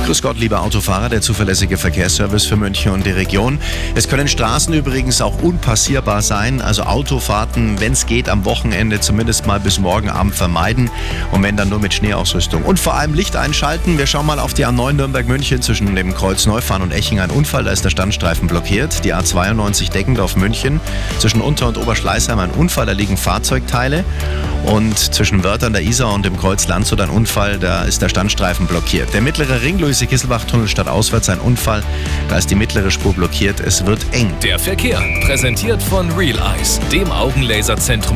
Grüß Gott, liebe Autofahrer, der zuverlässige Verkehrsservice für München und die Region. Es können Straßen übrigens auch unpassierbar sein, also Autofahrten, wenn es geht, am Wochenende zumindest mal bis morgen Abend vermeiden und wenn dann nur mit Schneeausrüstung. Und vor allem Licht einschalten. Wir schauen mal auf die A9 Nürnberg-München zwischen dem Kreuz Neufahren und Eching. Ein Unfall, da ist der Standstreifen blockiert. Die A92 Deggendorf-München zwischen Unter- und Oberschleißheim ein Unfall, da liegen Fahrzeugteile. Und zwischen Wörth an der Isar und dem Kreuz Landshut ein Unfall, da ist der Standstreifen blockiert. Der mittlere Ring, Luise-Kisselbach-Tunnel stadtauswärts ein Unfall, da ist die mittlere Spur blockiert, es wird eng. Der Verkehr, präsentiert von Real Eyes, dem Augenlaserzentrum